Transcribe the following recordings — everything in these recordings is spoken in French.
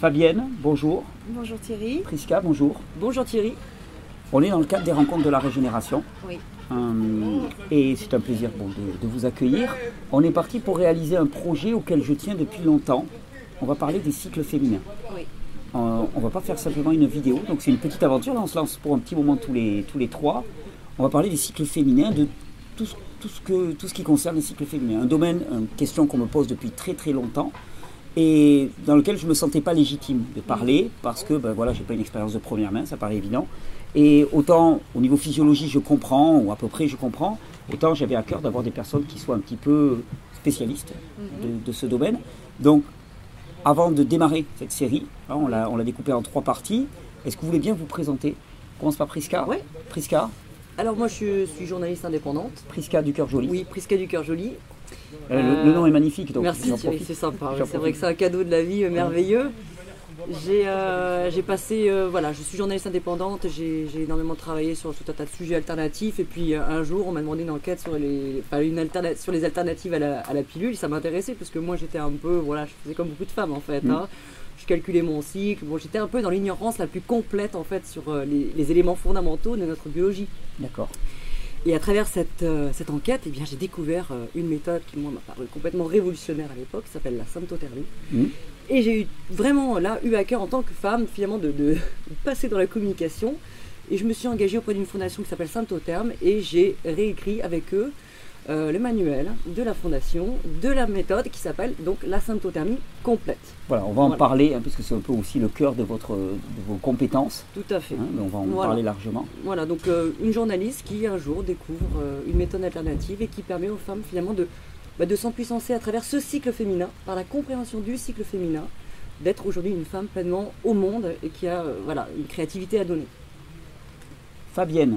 Fabienne, bonjour. Bonjour Thierry. Prisca, bonjour. Bonjour Thierry. On est dans le cadre des rencontres de la régénération. Oui. Et c'est un plaisir de vous accueillir. On est parti pour réaliser un projet auquel je tiens depuis longtemps. On va parler des cycles féminins. Oui. On ne va pas faire simplement une vidéo, donc c'est une petite aventure. Là, on se lance pour un petit moment tous les trois. On va parler des cycles féminins, de tout ce qui concerne les cycles féminins. Un domaine, une question qu'on me pose depuis très très longtemps et dans lequel je ne me sentais pas légitime de parler parce que voilà, je n'ai pas une expérience de première main, ça paraît évident. Et autant au niveau physiologie je comprends, ou à peu près je comprends, autant j'avais à cœur d'avoir des personnes qui soient un petit peu spécialistes de ce domaine. Donc avant de démarrer cette série, on l'a découpée en 3 parties. Est-ce que vous voulez bien vous présenter? On commence par Prisca. Oui. Prisca. Alors moi je suis journaliste indépendante. Prisca du Cœur Joli. Oui, Prisca du Cœur Joli. Le nom est magnifique. Donc merci Thierry, c'est sympa. C'est vrai que c'est un cadeau de la vie merveilleux. J'ai passé, je suis journaliste indépendante, j'ai énormément travaillé sur tout un tas de sujets alternatifs et puis un jour on m'a demandé une enquête sur les alternatives à la pilule. Ça m'intéressait parce que moi j'étais un peu, je faisais comme beaucoup de femmes en fait. Je calculais mon cycle, j'étais un peu dans l'ignorance la plus complète en fait sur les éléments fondamentaux de notre biologie. D'accord. Et à travers cette enquête, j'ai découvert une méthode qui m'a paru complètement révolutionnaire à l'époque, qui s'appelle la symptothermie. Et j'ai vraiment eu à cœur en tant que femme finalement de passer dans la communication. Et je me suis engagée auprès d'une fondation qui s'appelle Symptotherm et j'ai réécrit avec eux le manuel de la fondation, de la méthode qui s'appelle donc la symptothermie complète. Voilà, on va en parler, puisque c'est un peu aussi le cœur de vos compétences. Tout à fait. On va en parler largement. Voilà, donc une journaliste qui un jour découvre une méthode alternative et qui permet aux femmes finalement de s'empuissancer à travers ce cycle féminin, par la compréhension du cycle féminin, d'être aujourd'hui une femme pleinement au monde et qui a une créativité à donner. Fabienne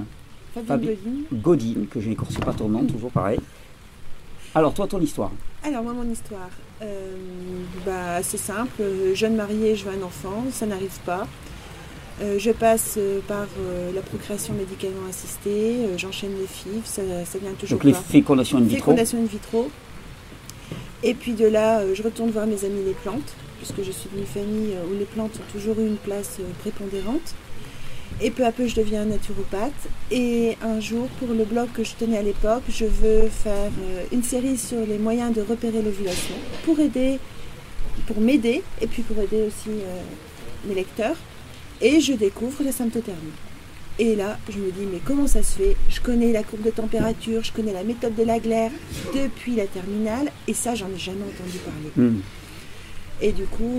Godine, que je n'écorche pas ton nom, toujours pareil. Alors toi, ton histoire. Alors moi, mon histoire, c'est simple, jeune mariée, je veux un enfant, ça n'arrive pas. Je passe par la procréation médicalement assistée, j'enchaîne les FIV, ça vient toujours pas. Donc les fécondations in vitro. Fécondation in vitro. Et puis de là, je retourne voir mes amis les plantes, puisque je suis d'une famille où les plantes ont toujours eu une place prépondérante. Et peu à peu, je deviens naturopathe. Et un jour, pour le blog que je tenais à l'époque, je veux faire une série sur les moyens de repérer l'ovulation pour m'aider et puis pour aider aussi mes lecteurs. Et je découvre la symptothermie. Et là, je me dis, mais comment ça se fait? Je connais la courbe de température, je connais la méthode de la glaire depuis la terminale, et ça, j'en ai jamais entendu parler. Et du coup,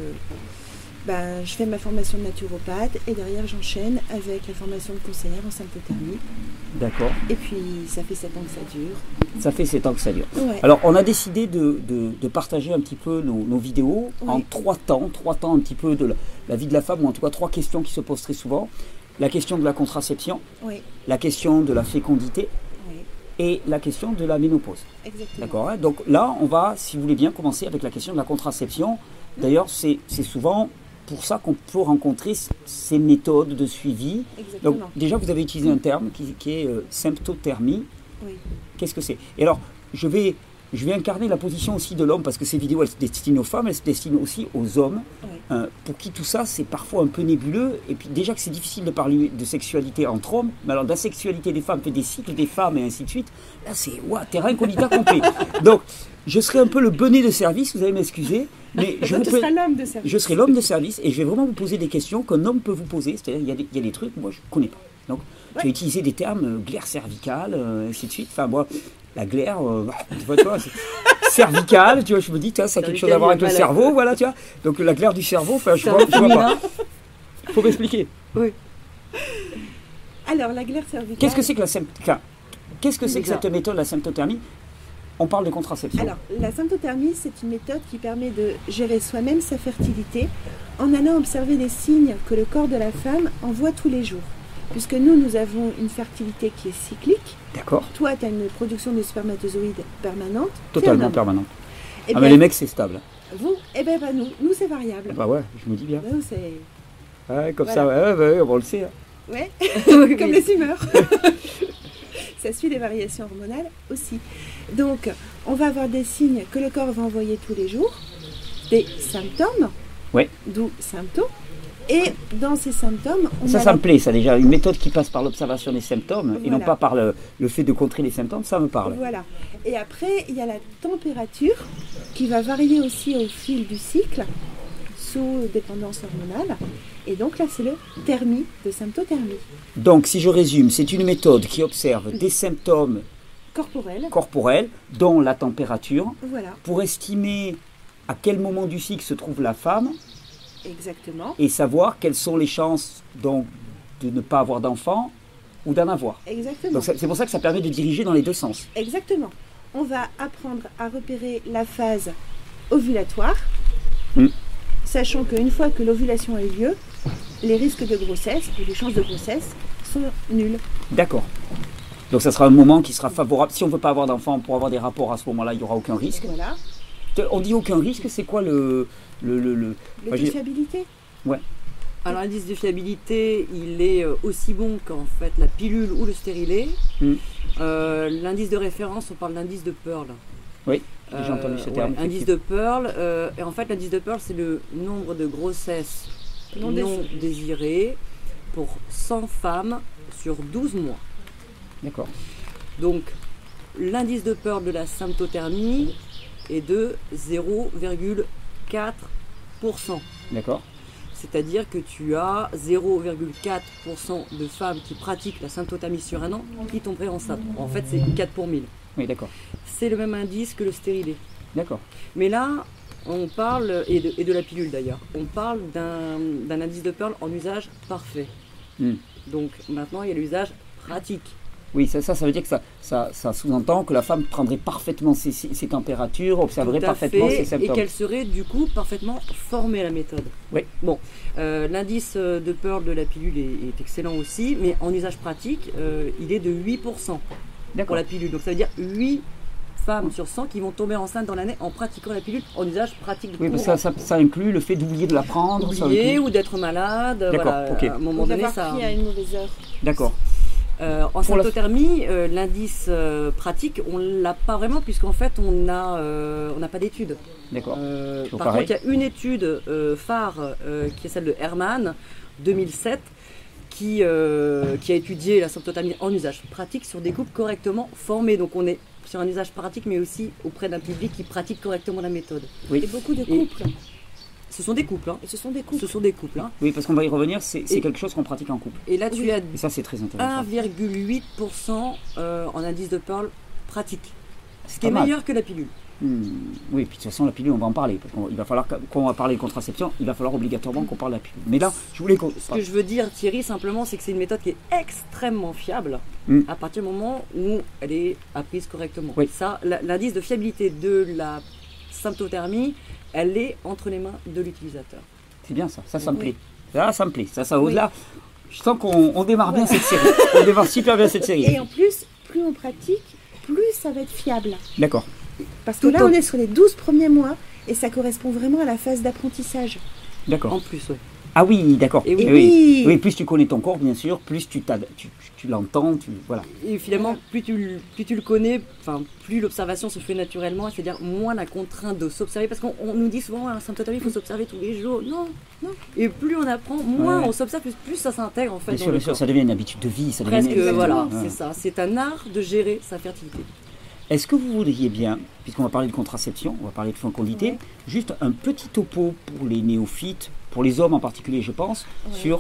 je fais ma formation de naturopathe, et derrière, j'enchaîne avec la formation de conseillère en symptothermie. D'accord. Et puis, ça fait 7 ans que ça dure. Ça fait 7 ans que ça dure. Ouais. Alors, on a décidé de partager un petit peu nos vidéos en 3 temps un petit peu de la vie de la femme, ou en tout cas 3 questions qui se posent très souvent. La question de la contraception, la question de la fécondité et la question de la ménopause. Exactement. D'accord, donc là, on va, si vous voulez bien, commencer avec la question de la contraception. D'ailleurs, c'est souvent pour ça qu'on peut rencontrer ces méthodes de suivi. Exactement. Donc déjà, vous avez utilisé un terme qui est symptothermie. Oui. Qu'est-ce que c'est? Et alors, je vais incarner la position aussi de l'homme, parce que ces vidéos, elles se destinent aux femmes, elles se destinent aussi aux hommes, pour qui tout ça, c'est parfois un peu nébuleux. Et puis déjà que c'est difficile de parler de sexualité entre hommes, mais alors de la sexualité des femmes, fait des cycles des femmes et ainsi de suite, là c'est terrain incognita complet. Donc, je serai un peu le bonnet de service, vous allez m'excuser, mais Tu seras l'homme de service. Je serai l'homme de service et je vais vraiment vous poser des questions qu'un homme peut vous poser. C'est-à-dire, il y a des trucs, moi, je ne connais pas. Donc, j'ai utilisé des termes, glaire cervicale, ainsi de suite. Enfin, moi, la glaire, tu vois, cervicale, tu vois, je me dis, ça a quelque chose à voir avec le cerveau, voilà, tu vois. Donc, la glaire du cerveau, je vois pas. Il faut m'expliquer. Oui. Alors, la glaire cervicale... Qu'est-ce que c'est que cette méthode, la symptothermie? On parle de contraception. Alors, la symptothermie, c'est une méthode qui permet de gérer soi-même sa fertilité en allant observer les signes que le corps de la femme envoie tous les jours. Puisque nous avons une fertilité qui est cyclique. D'accord. Toi, tu as une production de spermatozoïdes permanente. Totalement permanente. Mais les mecs, c'est stable. Vous, pas nous, c'est variable. Bah ouais, je me dis bien. Nous, c'est... Ouais, comme ça, on le sait. Hein. Ouais, comme les humeurs. Ça suit les variations hormonales aussi. Donc, on va avoir des signes que le corps va envoyer tous les jours, des symptômes Ouais. D'où symptômes. Et dans ces symptômes, ça me plaît, ça déjà. Une méthode qui passe par l'observation des symptômes et non Voilà. pas par le fait de contrer les symptômes, ça me parle. Voilà. Et après, il y a la température qui va varier aussi au fil du cycle sous dépendance hormonale. Et donc là, c'est le thermie, de symptothermie Donc, si je résume, c'est une méthode qui observe des symptômes corporelle. dont la température, Voilà, pour estimer à quel moment du cycle se trouve la femme exactement. et savoir quelles sont les chances donc, de ne pas avoir d'enfant ou d'en avoir. Exactement. Donc, c'est pour ça que ça permet de diriger dans les deux sens. Exactement. On va apprendre à repérer la phase ovulatoire, sachant qu'une fois que l'ovulation a eu lieu, les risques de grossesse ou les chances de grossesse sont nuls. D'accord. Donc ça sera un moment qui sera favorable. Si on ne veut pas avoir d'enfant pour avoir des rapports à ce moment-là, il n'y aura aucun risque. Voilà. On dit aucun risque, c'est quoi le Le Moi, de fiabilité. Ouais. Alors l'indice de fiabilité, il est aussi bon qu'en fait la pilule ou le stérilet. L'indice de référence, on parle d'indice de Pearl. Oui, j'ai déjà entendu ce terme. Indice de Pearl. Et en fait, l'indice de Pearl, c'est le nombre de grossesses non désirées pour 100 femmes sur 12 mois. D'accord. Donc, l'indice de Pearl de la symptothermie est de 0,4%. D'accord. C'est-à-dire que tu as 0,4% de femmes qui pratiquent la symptothermie sur un an qui tomberaient enceintes. En fait, c'est 4 pour 1000. Oui, d'accord. C'est le même indice que le stérilet. D'accord. Mais là, on parle, et de la pilule d'ailleurs, on parle d'un indice de Pearl en usage parfait. Donc maintenant, il y a l'usage pratique. Oui, ça veut dire que ça sous-entend que la femme prendrait parfaitement ses températures, observerait parfaitement ses symptômes. Et qu'elle serait du coup parfaitement formée à la méthode. Oui. Bon, l'indice de Pearl de la pilule est excellent aussi, mais en usage pratique, il est de 8% pour la pilule. Donc ça veut dire 8 femmes sur 100 qui vont tomber enceintes dans l'année en pratiquant la pilule en usage pratique. Oui, parce que ça inclut le fait d'oublier de la prendre. Oublier ou d'être malade. D'accord, voilà, ok. À un moment donné, ça... pris à une mauvaise heure. D'accord. En symptothermie, l'indice pratique, on ne l'a pas vraiment puisqu'en fait on n'a pas d'études. D'accord. Par contre, il y a une étude phare qui est celle de Herman, 2007, qui a étudié la symptothermie en usage pratique sur des couples correctement formés. Donc on est sur un usage pratique mais aussi auprès d'un public qui pratique correctement la méthode. Oui. Et beaucoup de couples. Ce sont des couples. Et ce sont des couples. Ce sont des couples. Oui, parce qu'on va y revenir, c'est quelque chose qu'on pratique en couple. Et là, tu as et ça, c'est très intéressant. 1,8% en indice de Pearl pratique. Ce qui est mal. meilleur que la pilule. Oui, puis de toute façon, la pilule, on va en parler. Parce qu'il va falloir, quand on va parler de contraception, il va falloir obligatoirement qu'on parle de la pilule. Mais là, je voulais qu'on... Ce que je veux dire, Thierry, simplement, c'est que c'est une méthode qui est extrêmement fiable à partir du moment où elle est apprise correctement. Oui. Ça, l'indice de fiabilité de la symptothermie, elle est entre les mains de l'utilisateur. C'est bien ça, ça me plaît. Ça me plaît. Ça au-delà. Je sens qu'on démarre bien cette série. On démarre super bien cette série. Et en plus, plus on pratique, plus ça va être fiable. D'accord. Parce que là, on est sur les 12 premiers mois et ça correspond vraiment à la phase d'apprentissage. D'accord. En plus, oui. Ah oui, d'accord. Et oui, plus tu connais ton corps, bien sûr, plus tu l'entends, voilà. Et finalement, plus tu le connais, plus l'observation se fait naturellement, c'est-à-dire moins la contrainte de s'observer, parce qu'on nous dit souvent, la symptothermie, il faut s'observer tous les jours. Non. Et plus on apprend, moins on s'observe, plus ça s'intègre en fait. Bien sûr, ça devient une habitude de vie. Presque, voilà, c'est ça. C'est un art de gérer sa fertilité. Est-ce que vous voudriez bien, puisqu'on va parler de contraception, on va parler de fécondité, juste un petit topo pour les néophytes, pour les hommes en particulier, je pense, sur...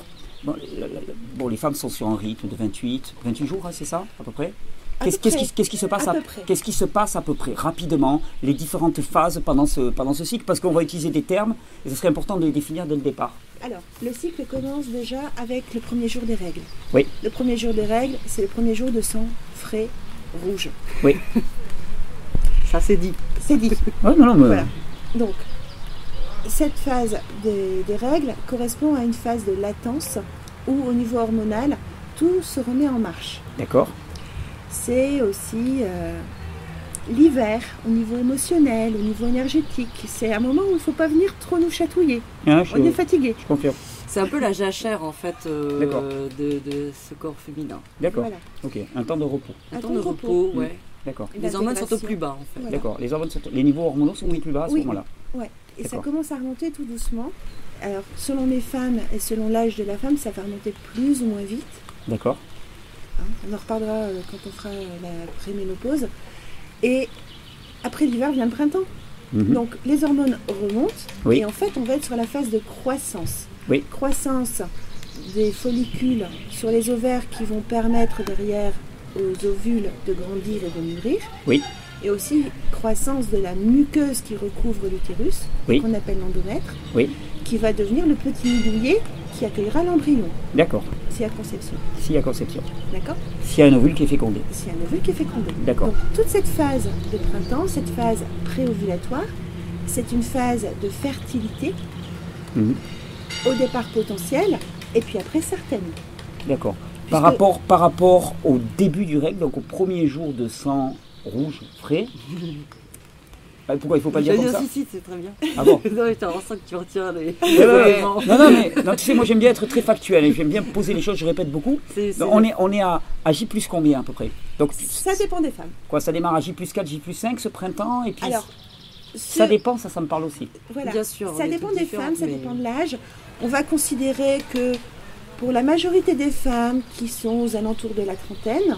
Bon, les femmes sont sur un rythme de 28 jours, hein, c'est ça, à peu près? Qu'est-ce qui se passe Qu'est-ce qui se passe à peu près, rapidement, les différentes phases pendant ce cycle? Parce qu'on va utiliser des termes, et ce serait important de les définir dès le départ. Alors, le cycle commence déjà avec le premier jour des règles. Oui. Le premier jour des règles, c'est le premier jour de sang frais, rouge. Oui. Ça, c'est dit. C'est dit. Ouais, non, mais... Voilà. Donc, cette phase des règles correspond à une phase de latence où, au niveau hormonal, tout se remet en marche. D'accord. C'est aussi l'hiver, au niveau émotionnel, au niveau énergétique. C'est un moment où il ne faut pas venir trop nous chatouiller. On est fatigué. Je confirme. C'est un peu la jachère en fait de ce corps féminin. D'accord. Voilà. Ok, un temps de repos. Un temps de repos, ouais. D'accord. Les hormones sont au plus bas en fait. D'accord. Les niveaux hormonaux sont plus bas à ce moment-là. Ouais. Et ça commence à remonter tout doucement Alors, selon les femmes et selon l'âge de la femme, ça va remonter plus ou moins vite. D'accord. Hein, on en reparlera quand on fera la préménopause. Et après l'hiver vient le printemps. Donc les hormones remontent et en fait on va être sur la phase de croissance. Croissance des follicules sur les ovaires qui vont permettre derrière aux ovules de grandir et de mûrir. Et aussi croissance de la muqueuse qui recouvre l'utérus, qu'on appelle l'endomètre, qui va devenir le petit nid douillet qui accueillera l'embryon. D'accord. S'il y a conception. S'il y a conception. D'accord. S'il y a un ovule qui est fécondé. S'il y a un ovule qui est fécondé. D'accord. Donc toute cette phase de printemps, cette phase préovulatoire, c'est une phase de fertilité, au départ potentielle, et puis après certaine. D'accord. Par rapport au début du règle, donc au premier jour de sang rouge frais, pourquoi il ne faut pas le dire comme ça? Si, c'est très bien. Ah bon? Non, mais t'as l'impression que tu retiens les... Non, tu sais, moi j'aime bien être très factuel, j'aime bien poser les choses, je répète beaucoup. On est à J plus combien à peu près? Donc, ça dépend des femmes. Quoi, ça démarre à J plus 4, J plus 5 ce printemps, et puis... Alors, ça dépend, ça me parle aussi. Voilà, bien sûr, ça dépend des femmes, ça dépend de l'âge. On va considérer que pour la majorité des femmes qui sont aux alentours de la trentaine,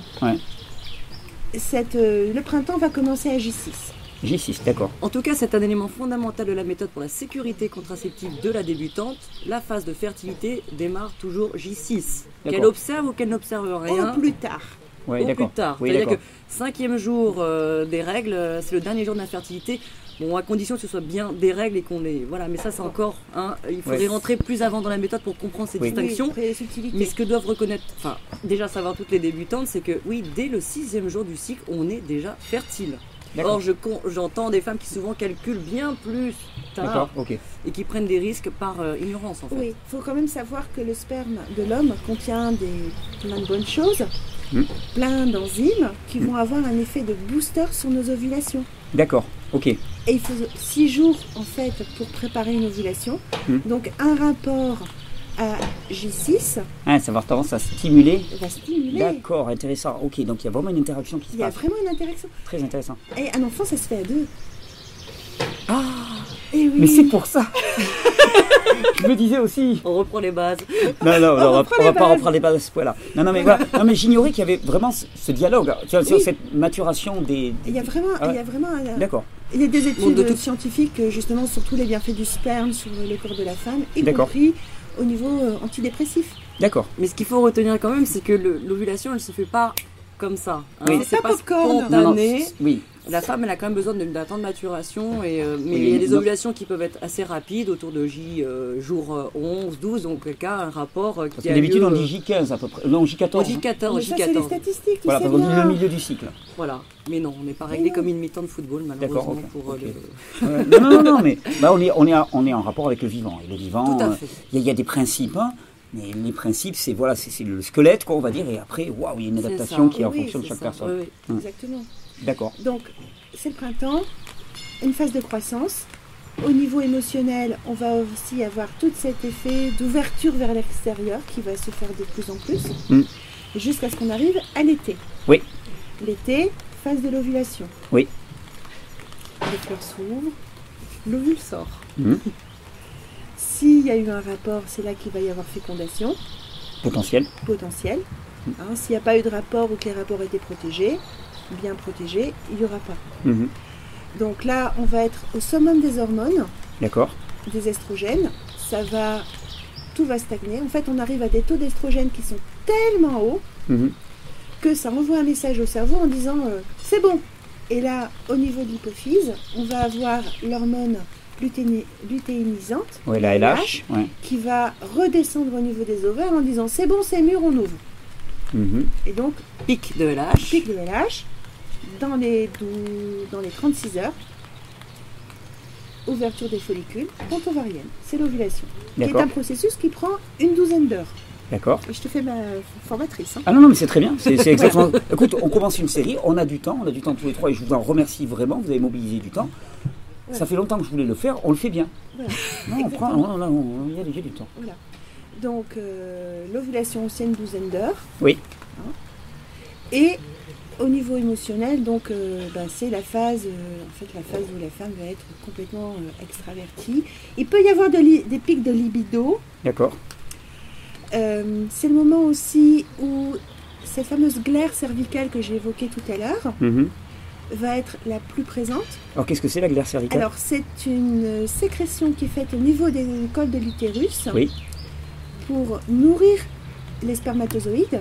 le printemps va commencer à J6. J6, d'accord. En tout cas, c'est un élément fondamental de la méthode pour la sécurité contraceptive de la débutante. La phase de fertilité démarre toujours J6. Qu'elle observe ou qu'elle n'observe rien. Au plus tard. Ouais, au plus tard. Oui, c'est-à-dire que 5e jour des règles, c'est le dernier jour de l'infertilité. Bon, à condition que ce soit bien des règles et qu'on ait... Voilà, mais ça, c'est encore... il faudrait rentrer plus avant dans la méthode pour comprendre ces distinctions. Mais ce que doivent reconnaître... Enfin, déjà savoir toutes les débutantes, c'est que, oui, dès le 6e jour du cycle, on est déjà fertile. Or, j'entends des femmes qui souvent calculent bien plus tard et qui prennent des risques par ignorance, en fait. Oui, il faut quand même savoir que le sperme de l'homme contient plein de bonnes choses, plein d'enzymes qui vont avoir un effet de booster sur nos ovulations. D'accord, ok. Et il faut 6 jours, en fait, pour préparer une ovulation. Donc, un rapport à J6. Ça va avoir tendance à stimuler. Va stimuler. D'accord, intéressant. Ok, donc il y a vraiment une interaction qui se passe. Il y a vraiment une interaction. Très intéressant. Et un enfant, ça se fait à 2. Ah, et oui. Mais c'est pour ça. Je me disais aussi. On reprend les bases. Non, on va pas reprendre les bases à ce point-là. Non, mais voilà. Non, mais j'ignorais qu'il y avait vraiment ce dialogue, sur cette maturation des. Il y a vraiment. D'accord. Il y a des études scientifiques justement sur tous les bienfaits du sperme sur le corps de la femme, y compris au niveau antidépressif. D'accord. Mais ce qu'il faut retenir quand même, c'est que l'ovulation, elle se fait pas comme ça. C'est pas spontané. Oui. La femme, elle a quand même besoin d'un temps de maturation. Mais il y a des ovulations qui peuvent être assez rapides, autour de jour 11, 12. Donc, quelqu'un a un rapport qui a d'habitude, on dit J15 à peu près. Non, J14. On dit J14. Ça, c'est les statistiques. Voilà, parce qu'on dit le milieu du cycle. Voilà. Mais non, on n'est pas réglé comme une mi-temps de football, malheureusement. Non, mais on est en rapport avec le vivant. Et le vivant, il y a des principes. Mais les principes, c'est le squelette, on va dire, et après, il y a une adaptation qui est en fonction de chaque personne. Oui. Exactement. D'accord. Donc, c'est le printemps, une phase de croissance. Au niveau émotionnel, on va aussi avoir tout cet effet d'ouverture vers l'extérieur qui va se faire de plus en plus, jusqu'à ce qu'on arrive à l'été. Oui. L'été, phase de l'ovulation. Oui. Les fleurs s'ouvrent, l'ovule sort. S'il y a eu un rapport, c'est là qu'il va y avoir fécondation. Potentiel. S'il n'y a pas eu de rapport ou que les rapports étaient protégés, bien protégés, il n'y aura pas. Donc là, on va être au summum des hormones. D'accord. Des estrogènes. Tout va stagner. En fait, on arrive à des taux d'estrogènes qui sont tellement hauts que ça envoie un message au cerveau en disant c'est bon. Et là, au niveau de l'hypophyse, on va avoir l'hormone lutéinisante, la LH, qui va redescendre au niveau des ovaires en disant c'est bon, c'est mûr, on ouvre. Et donc, pic de LH, dans les 36 heures, ouverture des follicules, pente ovarienne, c'est l'ovulation, qui est un processus qui prend une douzaine d'heures. D'accord. Je te fais ma formatrice. Ah non, mais c'est très bien. C'est exactement. Écoute, on commence une série, on a du temps tous les trois, et je vous en remercie vraiment, vous avez mobilisé du temps. Ça fait longtemps que je voulais le faire, on le fait bien. Voilà. Non, il y a déjà du temps. Voilà. Donc, l'ovulation, c'est une douzaine d'heures. Oui. Et Au niveau émotionnel, donc, c'est la phase où la femme va être complètement extravertie. Il peut y avoir des pics de libido. D'accord. C'est le moment aussi où cette fameuse glaire cervicale que j'ai évoquée tout à l'heure va être la plus présente. Alors qu'est-ce que c'est la glaire cervicale? Alors c'est une sécrétion qui est faite au niveau des cols de l'utérus pour nourrir les spermatozoïdes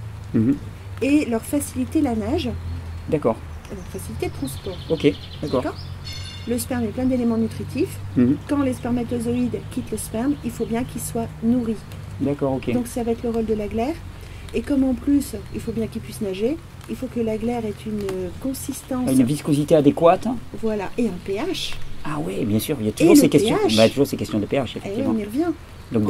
et leur faciliter la nage. D'accord. Leur faciliter le transport. Ok, d'accord. Le sperme est plein d'éléments nutritifs. Quand les spermatozoïdes quittent le sperme, il faut bien qu'ils soient nourris. D'accord, ok. Donc ça va être le rôle de la glaire. Et comme en plus, il faut bien qu'ils puissent nager, il faut que la glaire ait une consistance... Une viscosité adéquate. Voilà, et un pH. Ah oui, bien sûr, il y a toujours ces questions. pH. Il y a toujours ces questions de pH, effectivement. Et on y revient. Donc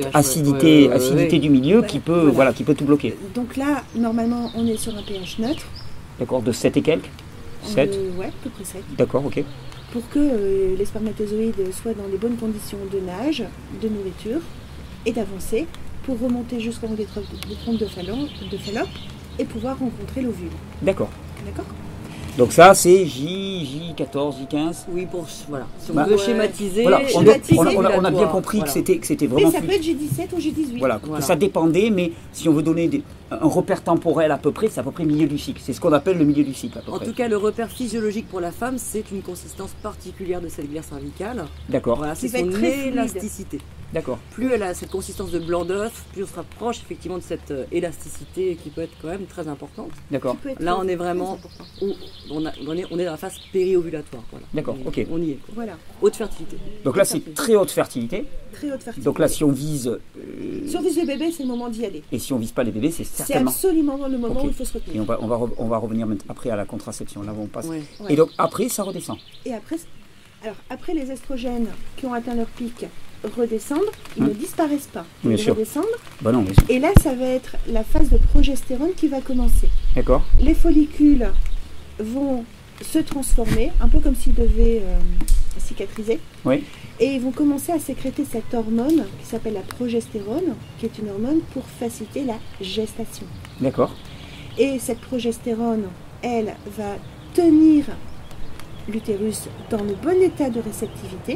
acidité du milieu qui peut, qui peut tout bloquer. Donc là, normalement, on est sur un pH neutre. D'accord, de 7 et quelques 7 Ouais, à peu près 7. D'accord, ok. Pour que les spermatozoïdes soient dans les bonnes conditions de nage, de nourriture et d'avancer, pour remonter jusqu'en haut des trompes de Fallope et pouvoir rencontrer l'ovule. D'accord. D'accord. Donc ça, c'est J14, J15. Oui, si on veut schématiser. Voilà, on a bien compris que c'était vraiment... Mais ça peut être J17 ou J18. Voilà, que ça dépendait, mais si on veut donner un repère temporel à peu près, c'est à peu près milieu du cycle. C'est ce qu'on appelle le milieu du cycle, à peu près. En tout cas, le repère physiologique pour la femme, c'est une consistance particulière de cette glaire cervicale. D'accord. Voilà, c'est son élasticité. D'accord. Plus elle a cette consistance de blanc d'œuf, plus on se rapproche effectivement de cette élasticité qui peut être quand même très importante. D'accord. Là, on est vraiment on est dans la phase périovulatoire. Voilà. D'accord, ok. On y est. Quoi. Voilà. Haute fertilité. Donc là, c'est très haute fertilité. Très haute fertilité. Donc là, si on vise... Si on vise les bébés, c'est le moment d'y aller. Et si on vise pas les bébés, c'est certainement... C'est absolument le moment où il faut se retenir. Et on va revenir après à la contraception. Là où on passe. Ouais. Et donc après, ça redescend. Et après les estrogènes qui ont atteint leur pic redescendre, ils ne disparaissent pas. Ils redescendent. Bah non, bien sûr. Et là, ça va être la phase de progestérone qui va commencer. D'accord. Les follicules vont se transformer, un peu comme s'ils devaient cicatriser. Oui. Et ils vont commencer à sécréter cette hormone qui s'appelle la progestérone, qui est une hormone pour faciliter la gestation. D'accord. Et cette progestérone, elle va tenir l'utérus dans le bon état de réceptivité.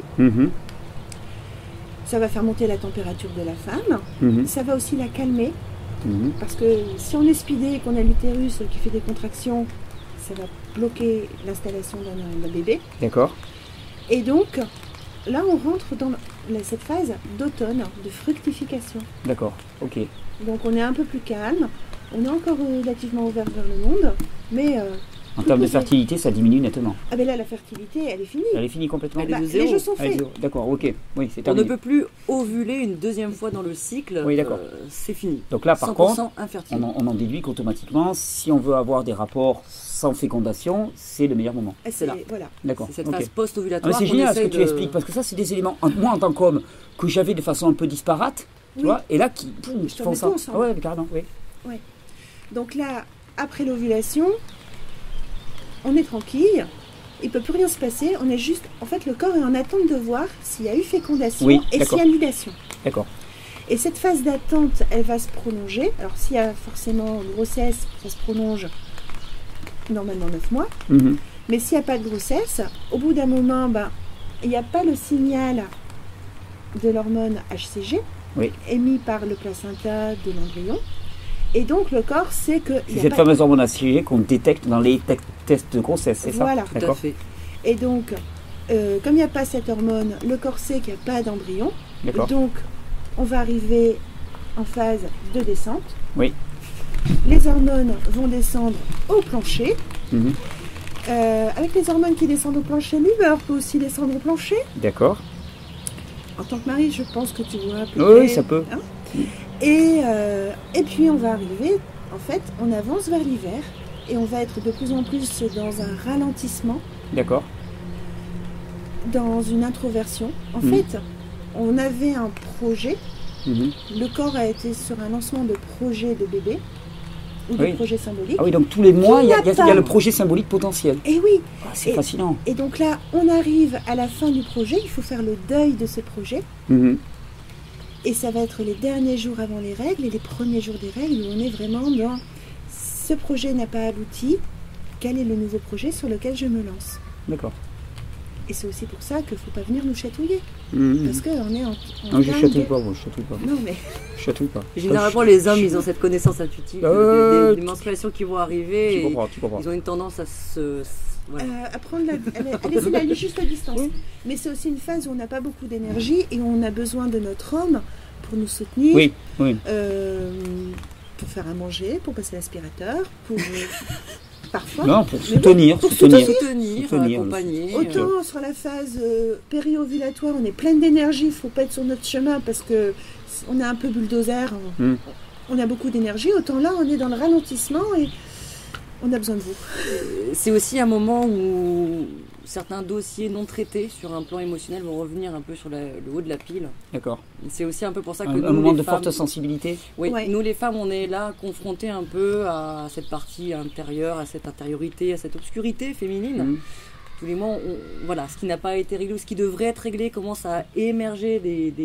Ça va faire monter la température de la femme. Ça va aussi la calmer. Parce que si on est speedé et qu'on a l'utérus qui fait des contractions, ça va bloquer l'installation d'un bébé. D'accord. Et donc, là, on rentre dans cette phase d'automne, de fructification. D'accord, ok. Donc, on est un peu plus calme. On est encore relativement ouvert vers le monde, mais... en termes de fertilité, ça diminue nettement. Ah ben là, la fertilité, elle est finie. Elle est finie complètement. Les jeux sont faits. D'accord, ok. Oui, c'est on terminé. ne peut plus ovuler une deuxième fois dans le cycle. Oui, d'accord. C'est fini. Donc là, par contre, infertile. on en déduit qu'automatiquement, si on veut avoir des rapports sans fécondation, c'est le meilleur moment. C'est là. Voilà. D'accord. C'est cette phase post-ovulatoire. C'est génial ce que tu expliques, parce que ça, c'est des éléments, moi en tant qu'homme, que j'avais de façon un peu disparate, tu vois, et là, qui font ça. Ah ouais, carrément, oui. Ouais. Donc là, après l'ovulation, on est tranquille, il ne peut plus rien se passer, on est juste... En fait, le corps est en attente de voir s'il y a eu fécondation et s'il y a nidation. D'accord. Et cette phase d'attente, elle va se prolonger. Alors, s'il y a forcément grossesse, ça se prolonge normalement 9 mois. Mais s'il n'y a pas de grossesse, au bout d'un moment, il n'y a pas le signal de l'hormone HCG émis par le placenta de l'embryon. Et donc, le corps sait que... C'est cette fameuse hormone HCG qu'on détecte dans les tests de grossesse, c'est ça? Voilà, tout à fait. Et donc, comme il n'y a pas cette hormone, le corps sait qu'il n'y a pas d'embryon. Donc, on va arriver en phase de descente. Oui. Les hormones vont descendre au plancher. Avec les hormones qui descendent au plancher, l'humeur peut aussi descendre au plancher. D'accord. En tant que mari, je pense que tu vois un peu. Oui, ça peut. Hein, et puis on va arriver, en fait, on avance vers l'hiver et on va être de plus en plus dans un ralentissement. D'accord. Dans une introversion. En fait, on avait un projet. Le corps a été sur un lancement de projet de bébé ou de projet symbolique. Ah oui, donc tous les mois, il y a le projet symbolique potentiel. Et oui. C'est fascinant. Et donc là, on arrive à la fin du projet, il faut faire le deuil de ce projet. Et ça va être les derniers jours avant les règles et les premiers jours des règles où on est vraiment dans ce projet n'a pas abouti, quel est le nouveau projet sur lequel je me lance? D'accord. Et c'est aussi pour ça qu'il ne faut pas venir nous chatouiller. Parce qu'on est en non, je chatouille pas, moi, je chatouille pas. Non, mais... Je chatouille pas. Généralement, les hommes, ils ont cette connaissance intuitive des menstruations qui vont arriver. Tu comprends. Ils ont une tendance à se... Voilà. À prendre à laisser la juste distance. Oui. Mais c'est aussi une phase où on n'a pas beaucoup d'énergie et on a besoin de notre homme pour nous soutenir. Oui. Pour faire à manger, pour passer l'aspirateur, pour... Parfois. Non, pour soutenir, accompagner. Autant sur la phase péri-ovulatoire, on est plein d'énergie, il ne faut pas être sur notre chemin parce qu'on est un peu bulldozer, on a beaucoup d'énergie. Autant là, on est dans le ralentissement et on a besoin de vous. C'est aussi un moment où certains dossiers non traités sur un plan émotionnel vont revenir un peu sur le haut de la pile. D'accord. C'est aussi un peu pour ça que un moment de forte sensibilité. Oui, nous les femmes, on est là confrontées un peu à cette partie intérieure, à cette intériorité, à cette obscurité féminine. Tous les mois, ce qui n'a pas été réglé ou ce qui devrait être réglé commence à émerger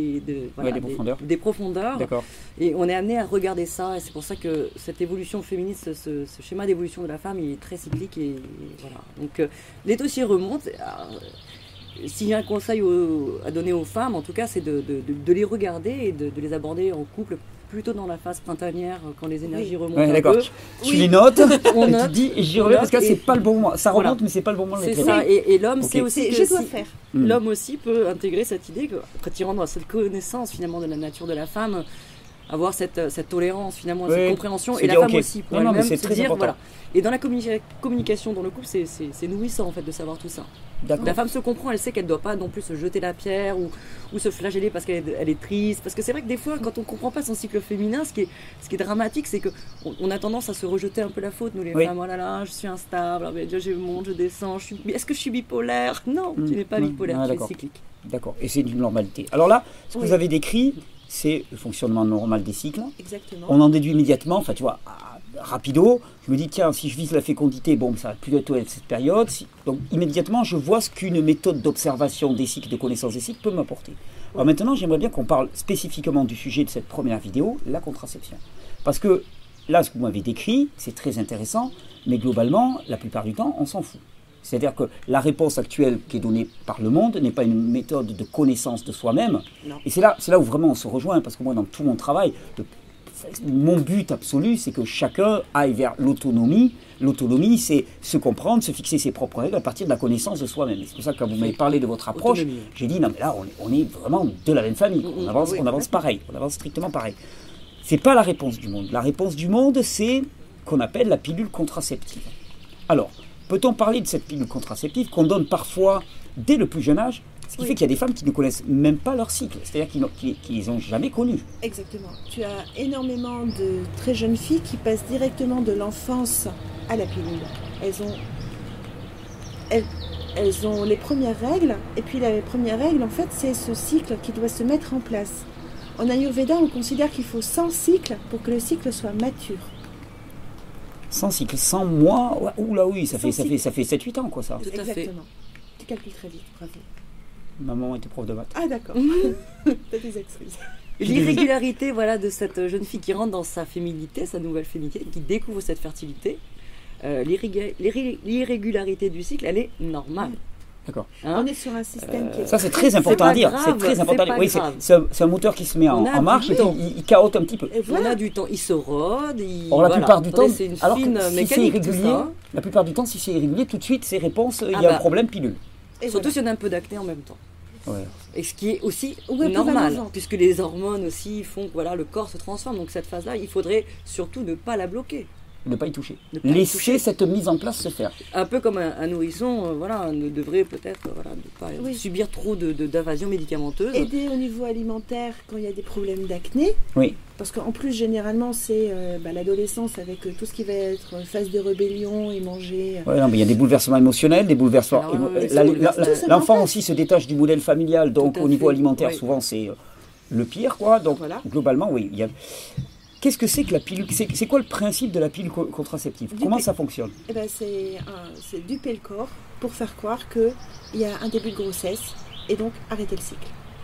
des profondeurs. D'accord. Et on est amené à regarder ça. Et c'est pour ça que cette évolution féministe, ce schéma d'évolution de la femme, il est très cyclique. Et voilà. Donc les dossiers remontent. S'il y a un conseil à donner aux femmes, en tout cas, c'est de les regarder et de les aborder en couple. Plutôt dans la phase printanière, quand les énergies remontent un peu. Tu les notes, on et note, tu dis, j'y reviens parce que là, c'est pas le bon moment. Ça remonte, mais c'est pas le bon moment de les traiter. C'est ça, et l'homme, c'est aussi je dois faire. L'homme aussi peut intégrer cette idée que, quand il rentre dans cette connaissance finalement de la nature de la femme, avoir cette tolérance finalement, cette compréhension, et la femme aussi pour elle-même se dire, voilà. Et dans la communication dans le couple, c'est nourrissant en fait de savoir tout ça. La femme se comprend, elle sait qu'elle ne doit pas non plus se jeter la pierre ou se flageller parce qu'elle est triste. Parce que c'est vrai que des fois, quand on ne comprend pas son cycle féminin, ce qui est dramatique, c'est qu'on a tendance à se rejeter un peu la faute, nous les femmes. Oh là là, je suis instable, je monte, je descends, mais est-ce que je suis bipolaire? Non, tu n'es pas bipolaire, tu es cyclique. D'accord, et c'est d'une normalité. Alors là, ce que vous avez décrit, c'est le fonctionnement normal des cycles. Exactement. On en déduit immédiatement, enfin tu vois, rapido, je me dis tiens, si je vise la fécondité, bon, ça va plutôt être cette période. Donc immédiatement, je vois ce qu'une méthode d'observation des cycles, de connaissance des cycles peut m'apporter. Alors maintenant, j'aimerais bien qu'on parle spécifiquement du sujet de cette première vidéo, la contraception. Parce que là, ce que vous m'avez décrit, c'est très intéressant, mais globalement, la plupart du temps, on s'en fout. C'est-à-dire que la réponse actuelle qui est donnée par le monde n'est pas une méthode de connaissance de soi-même. Non. Et c'est là où vraiment on se rejoint, parce que moi, dans tout mon travail, mon but absolu, c'est que chacun aille vers l'autonomie. L'autonomie, c'est se comprendre, se fixer ses propres règles à partir de la connaissance de soi-même. C'est pour ça que quand vous m'avez parlé de votre approche, j'ai dit, non mais là, on est vraiment de la même famille. On avance pareil, on avance strictement pareil. C'est pas la réponse du monde. La réponse du monde, c'est qu'on appelle la pilule contraceptive. Alors, peut-on parler de cette pilule contraceptive qu'on donne parfois dès le plus jeune âge? Ce qui fait qu'il y a des femmes qui ne connaissent même pas leur cycle, c'est-à-dire qu'ils ne les ont jamais connus. Exactement. Tu as énormément de très jeunes filles qui passent directement de l'enfance à la pilule. Elles ont les premières règles, et puis les premières règles, en fait, c'est ce cycle qui doit se mettre en place. En Ayurveda, on considère qu'il faut 100 cycles pour que le cycle soit mature. 100 cycles, 100 mois, oula oui, ça fait 7-8 ans quoi ça. Tout à fait. Exactement. Tu calcules très vite, bravo. Maman était prof de maths. Ah d'accord, t'as des excuses. L'irrégularité de cette jeune fille qui rentre dans sa féminité, sa nouvelle féminité, qui découvre cette fertilité, l'irrégularité du cycle, elle est normale. D'accord. On est sur un système qui est... Ça c'est très important à dire. C'est très important. Oui, c'est un moteur qui se met en marche et il carotte un petit peu. On a du temps, il se rôde. La plupart du temps, alors que si c'est irrégulier, la plupart du temps, si c'est irrégulier, tout de suite, ces réponses, il y a un problème pilule. Surtout si on a un peu d'acné en même temps. Ouais. Et ce qui est aussi normal, puisque les hormones aussi font que le corps se transforme. Donc cette phase-là, il faudrait surtout ne pas la bloquer. Ne pas y toucher. Laisser cette mise en place se faire. Un peu comme un nourrisson ne devrait peut-être ne pas subir trop d'invasions médicamenteuses. Aider au niveau alimentaire quand il y a des problèmes d'acné. Oui. Parce qu'en plus, généralement, c'est l'adolescence avec tout ce qui va être phase de rébellion et manger. Oui, mais il y a des bouleversements émotionnels, des bouleversements. L'enfant aussi se détache du modèle familial, donc au niveau alimentaire, souvent c'est le pire, quoi. Donc globalement, oui. Qu'est-ce que c'est que la pilule? C'est quoi le principe de la pilule contraceptive? Comment ça fonctionne? C'est duper le corps pour faire croire qu'il y a un début de grossesse et donc arrêter le cycle.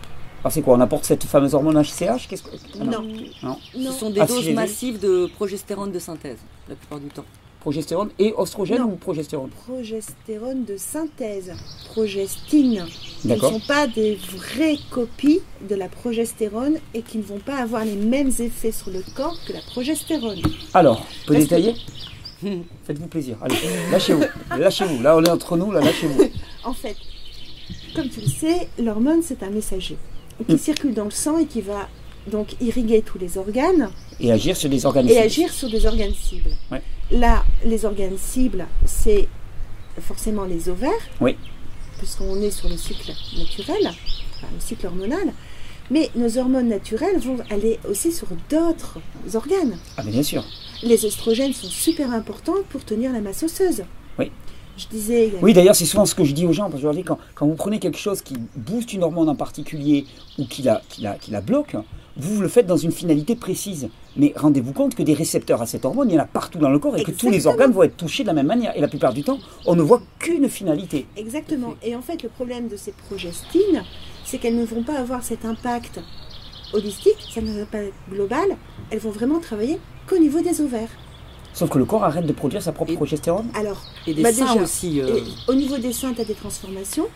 Alors c'est quoi? On apporte cette fameuse hormone HCH? Non. Ce sont des doses massives de progestérone de synthèse, la plupart du temps. Progestérone et oestrogène ou progestérone? Progestérone de synthèse, progestine. D'accord. Ils ne sont pas des vraies copies de la progestérone et qui ne vont pas avoir les mêmes effets sur le corps que la progestérone. Alors, peut détailler? Faites-vous plaisir. Allez, lâchez-vous. Là, on est entre nous, là, lâchez-vous. En fait, comme tu le sais, l'hormone, c'est un messager qui circule dans le sang et qui va donc irriguer tous les organes. Et agir sur des organes cibles. Ouais. Là, les organes cibles, c'est forcément les ovaires, puisqu'on est sur le cycle naturel, enfin, le cycle hormonal. Mais nos hormones naturelles vont aller aussi sur d'autres organes. Ah, mais bien sûr. Les oestrogènes sont super importants pour tenir la masse osseuse. Oui. Je disais... Oui, d'ailleurs, c'est souvent ce que je dis aux gens, parce que je leur dis, quand vous prenez quelque chose qui booste une hormone en particulier ou qui la bloque, vous le faites dans une finalité précise. Mais rendez-vous compte que des récepteurs à cette hormone, il y en a partout dans le corps et que tous les organes vont être touchés de la même manière. Et la plupart du temps, on ne voit qu'une finalité. Exactement. Et en fait, le problème de ces progestines, c'est qu'elles ne vont pas avoir cet impact holistique, ça ne va pas être global. Elles vont vraiment travailler qu'au niveau des ovaires. Sauf que le corps arrête de produire sa propre progestérone. Alors, et des seins aussi. Au niveau des seins, tu as des transformations.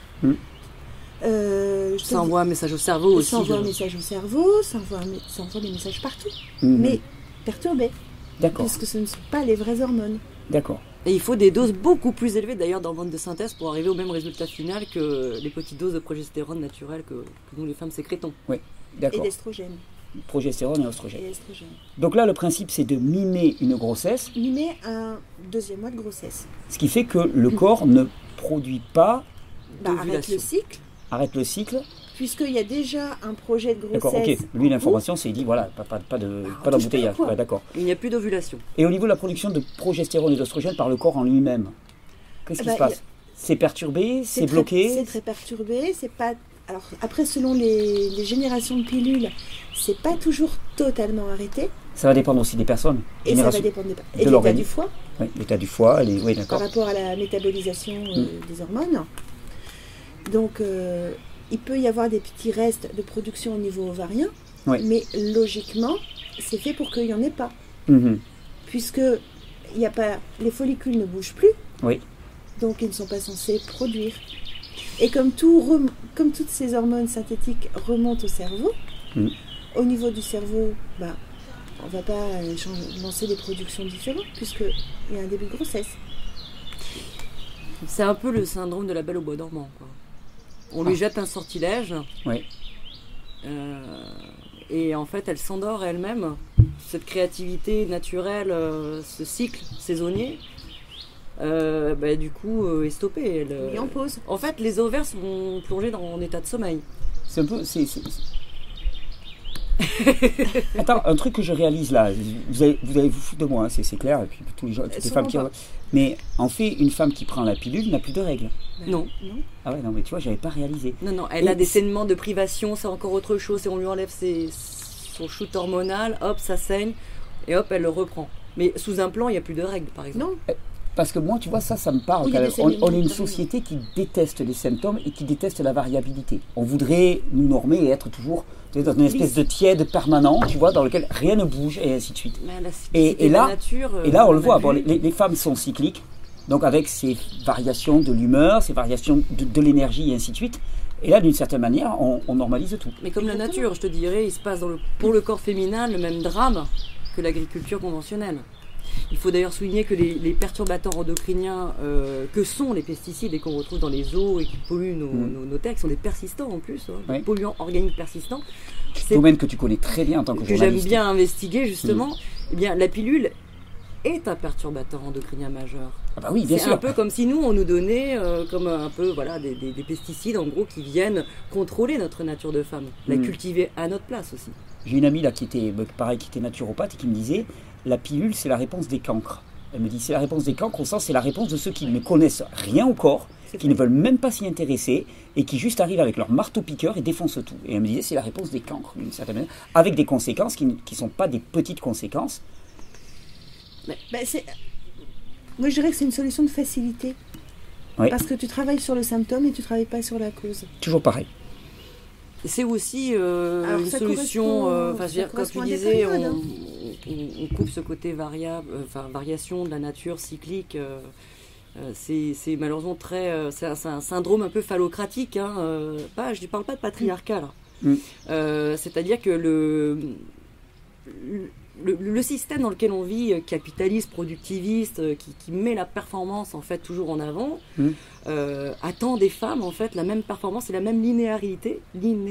Ça envoie un message au cerveau aussi. Ça envoie un message au cerveau, ça envoie des messages partout. Mais perturbés. D'accord. Parce que ce ne sont pas les vraies hormones. D'accord. Et il faut des doses beaucoup plus élevées d'ailleurs d'hormones de synthèse pour arriver au même résultat final que les petites doses de progestérone naturelle que nous les femmes sécrétons. Oui, d'accord. Et d'estrogène. Progestérone et oestrogène. Donc là, le principe, c'est de mimer une grossesse. Mimer un deuxième mois de grossesse. Ce qui fait que le corps ne produit pas... Arrête le cycle. Puisqu'il y a déjà un projet de grossesse. D'accord, ok. Lui, l'information, c'est dit, voilà, pas d'embouteillage. Ouais, d'accord. Il n'y a plus d'ovulation. Et au niveau de la production de progestérone et d'oestrogène par le corps en lui-même, qu'est-ce qui se passe? C'est perturbé, c'est bloqué? C'est très perturbé, c'est pas... Alors après, selon les générations de pilules, c'est pas toujours totalement arrêté. Ça va dépendre aussi des personnes. Et ça va dépendre de l'état du foie. Oui, l'état du foie, oui, d'accord. Par rapport à la métabolisation des hormones. Donc, il peut y avoir des petits restes de production au niveau ovarien, mais logiquement, c'est fait pour qu'il n'y en ait pas. Puisque y a pas, les follicules ne bougent plus, donc ils ne sont pas censés produire. Et comme toutes ces hormones synthétiques remontent au cerveau, au niveau du cerveau, on ne va pas lancer des productions différentes puisqu'il y a un début de grossesse. C'est un peu le syndrome de la belle au bois dormant, quoi. On lui jette un sortilège et en fait elle s'endort elle-même. Cette créativité naturelle, ce cycle saisonnier, du coup est stoppé. Elle est en pause. En fait, les ovaires sont plongés en état de sommeil. C'est un peu... Attends, un truc que je réalise là, vous allez vous foutre de moi, hein, c'est clair, et puis toutes les femmes qui... Mais en fait, une femme qui prend la pilule n'a plus de règles. Non. Ah ouais, non, mais tu vois, j'avais pas réalisé. Non, elle a des saignements de privation, c'est encore autre chose, et on lui enlève son shoot hormonal, hop, ça saigne, et hop, elle le reprend. Mais sous implant, il n'y a plus de règles, par exemple. Non. Parce que moi, tu vois, ça me parle. On est une société qui déteste les symptômes et qui déteste la variabilité. On voudrait nous normer et être toujours dans une espèce de tiède permanent, tu vois, dans lequel rien ne bouge et ainsi de suite. Et là, on le voit. Bon, les femmes sont cycliques, donc avec ces variations de l'humeur, ces variations de l'énergie et ainsi de suite. Et là, d'une certaine manière, on normalise tout. Mais comme la nature, je te dirais, il se passe pour le corps féminin le même drame que l'agriculture conventionnelle. Il faut d'ailleurs souligner que les perturbateurs endocriniens que sont les pesticides et qu'on retrouve dans les eaux et qui polluent nos terres, qui sont des persistants en plus, des polluants organiques persistants. C'est un domaine que tu connais très bien en tant que journaliste. Que j'aime bien investiguer justement. Eh bien, la pilule est un perturbateur endocrinien majeur. Ah bah oui, bien sûr. C'est un peu comme si nous, on nous donnait comme un peu des pesticides en gros qui viennent contrôler notre nature de femme, la cultiver à notre place aussi. J'ai une amie là qui était naturopathe et qui me disait la pilule, c'est la réponse des cancres. Elle me dit c'est la réponse des cancres, au sens c'est la réponse de ceux qui ne connaissent rien au corps, qui ne veulent même pas s'y intéresser et qui juste arrivent avec leur marteau-piqueur et défoncent tout. Et elle me disait c'est la réponse des cancres, d'une certaine manière, avec des conséquences qui ne sont pas des petites conséquences. Moi je dirais que c'est une solution de facilité. Oui. Parce que tu travailles sur le symptôme et tu ne travailles pas sur la cause. Toujours pareil. C'est aussi une solution, comme tu disais, on coupe ce côté variation de la nature cyclique. C'est malheureusement c'est un syndrome un peu phallocratique. Je ne parle pas de patriarcat là. C'est-à-dire que le système dans lequel on vit, capitaliste, productiviste, qui met la performance en fait toujours en avant, attend des femmes en fait la même performance et la même linéarité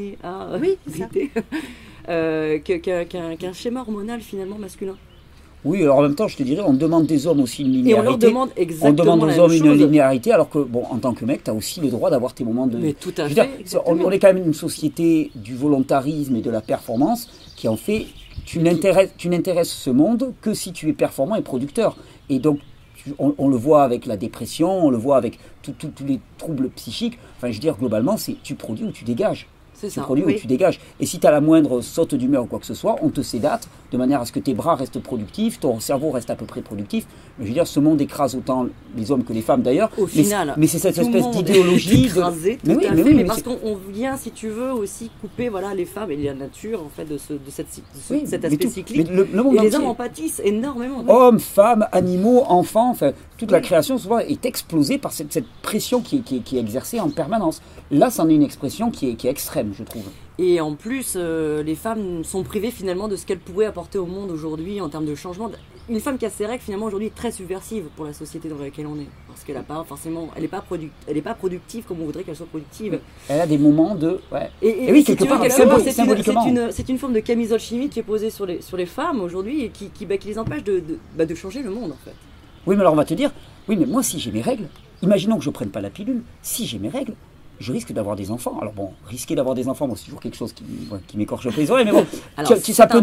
qu'un schéma hormonal finalement masculin. Oui, alors en même temps, je te dirais, on demande des hommes aussi une linéarité. Et on leur demande exactement aux hommes une linéarité, alors que, bon, en tant que mec, tu as aussi le droit d'avoir tes moments de... Mais tout à fait. On est quand même une société du volontarisme et de la performance qui en fait, tu n'intéresses ce monde que si tu es performant et producteur. Et donc, on le voit avec la dépression, on le voit avec tous les troubles psychiques. Enfin, je veux dire, globalement, c'est tu produis ou tu dégages. C'est ça. Tu produis ou tu dégages. Et si tu as la moindre saute d'humeur ou quoi que ce soit, on te sédate de manière à ce que tes bras restent productifs, ton cerveau reste à peu près productif. Mais je veux dire, ce monde écrase autant les hommes que les femmes d'ailleurs. Au final, mais c'est cette espèce d'idéologie. Écrasé, mais parce qu'on vient, si tu veux, aussi couper les femmes et la nature en fait de cet aspect cyclique. Et les hommes en pâtissent énormément. Hommes, femmes, animaux, enfants, enfin, toute la création souvent est explosée par cette pression qui est exercée en permanence. Là, c'en est une expression qui est extrême, je trouve. Et en plus, les femmes sont privées finalement de ce qu'elles pourraient apporter au monde aujourd'hui en termes de changement. Une femme qui a ses règles finalement aujourd'hui est très subversive pour la société dans laquelle on est, parce qu'elle a pas forcément, elle est pas productive comme on voudrait qu'elle soit productive. Elle a des moments de, Et oui, quelque part, c'est une forme de camisole chimique qui est posée sur les femmes aujourd'hui et qui les empêche de changer le monde en fait. Oui, mais alors on va te dire, oui, mais moi si j'ai mes règles, imaginons que je prenne pas la pilule, si j'ai mes règles, je risque d'avoir des enfants. Alors bon, risquer d'avoir des enfants, moi c'est toujours quelque chose qui m'écorche un peu les oreilles, mais bon, ça peut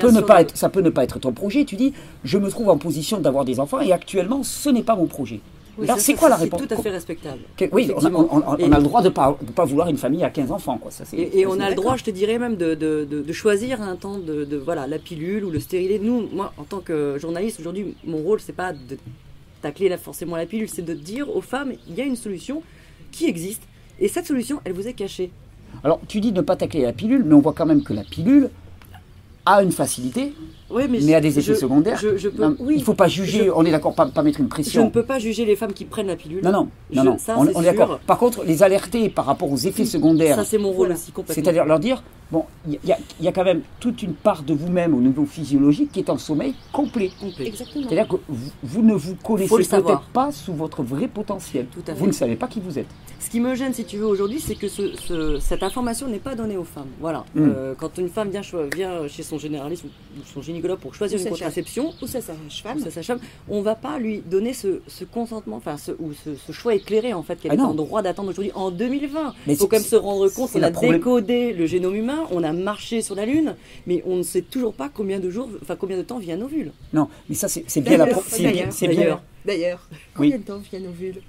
ne pas être ton projet. Tu dis, je me trouve en position d'avoir des enfants et actuellement, ce n'est pas mon projet. Oui, alors c'est quoi la réponse? C'est tout à fait respectable. Oui, on a le droit de pas vouloir une famille à 15 enfants. Quoi. Ça, et on a le droit, je te dirais même, de choisir un temps la pilule ou le stérilet. Moi, en tant que journaliste, aujourd'hui, mon rôle, c'est pas de tacler forcément la pilule, c'est de dire aux femmes, il y a une solution qui existe. Et cette solution, elle vous est cachée. Alors, tu dis de ne pas tacler la pilule, mais on voit quand même que la pilule a une facilité, mais a des effets secondaires. Il ne faut pas juger, on est d'accord, pas mettre une pression. Je ne peux pas juger les femmes qui prennent la pilule. Non, on est d'accord. Par contre, les alerter par rapport aux effets secondaires. Ça, c'est mon rôle aussi, complètement. C'est-à-dire leur dire, bon, il y a quand même toute une part de vous-même au niveau physiologique qui est en sommeil complet. Exactement. C'est-à-dire que vous ne vous connaissez peut-être pas sous votre vrai potentiel. Vous ne savez pas qui vous êtes. Ce qui me gêne, si tu veux, aujourd'hui, c'est que cette information n'est pas donnée aux femmes. Voilà. Quand une femme vient chez son généraliste ou son gynécologue pour choisir une contraception, ou sa sage-femme, on ne va pas lui donner ce consentement, ce choix éclairé en fait qu'elle est en droit d'attendre aujourd'hui en 2020. Il faut quand même se rendre compte qu'on a décodé le génome humain, on a marché sur la Lune, mais on ne sait toujours pas combien de temps vient l'ovule. Non, mais ça c'est bien la D'ailleurs, combien de temps vient l'ovule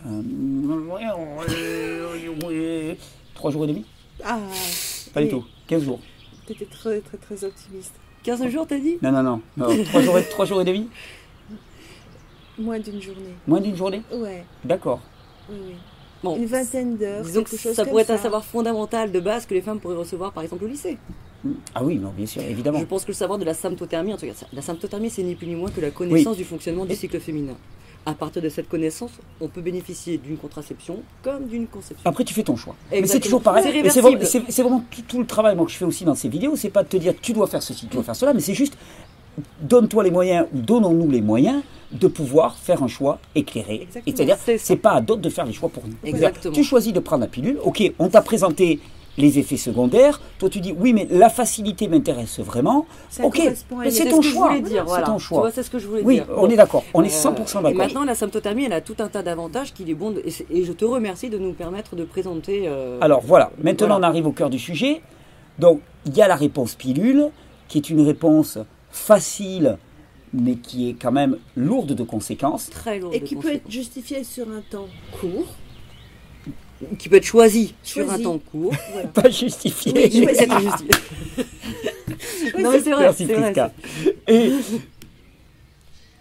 3 jours et demi. Pas du tout, 15 jours. Tu étais très très très optimiste. 15 jours t'as dit? Non, 3 jours et demi. Moins d'une journée. Moins d'une journée? Ouais. D'accord. Oui. Bon, une vingtaine d'heures. Disons que ça pourrait être un savoir fondamental de base que les femmes pourraient recevoir par exemple au lycée. Ah oui, non, bien sûr, évidemment. Je pense que le savoir de la symptothermie, en tout cas, la symptothermie c'est ni plus ni moins que la connaissance du fonctionnement du cycle féminin. À partir de cette connaissance, on peut bénéficier d'une contraception comme d'une conception. Après, tu fais ton choix. Exactement. Mais c'est toujours pareil. C'est réversible. C'est vraiment tout le travail que je fais aussi dans ces vidéos. C'est pas de te dire tu dois faire ceci, tu dois faire cela, mais c'est juste donne-toi les moyens ou donnons-nous les moyens de pouvoir faire un choix éclairé. Et c'est-à-dire, c'est pas à d'autres de faire les choix pour nous. Exactement. Tu choisis de prendre la pilule. Ok, on t'a présenté les effets secondaires. Toi, tu dis oui, mais la facilité m'intéresse vraiment. Ok, c'est ton choix. C'est ton choix. Tu vois, c'est ce que je voulais dire. Oui, on est d'accord. On est 100% d'accord. Et maintenant, la symptothermie, elle a tout un tas d'avantages qu'il est bon. Et je te remercie de nous permettre de présenter. Alors voilà. Maintenant, on arrive au cœur du sujet. Donc, il y a la réponse pilule, qui est une réponse facile, mais qui est quand même lourde de conséquences. Très lourde. Et qui peut être justifiée sur un temps court. Qui peut être choisi sur un temps court. Voilà. Pas justifié. Oui, c'est pas justifié. Non mais c'est vrai. Merci, c'est vrai. Et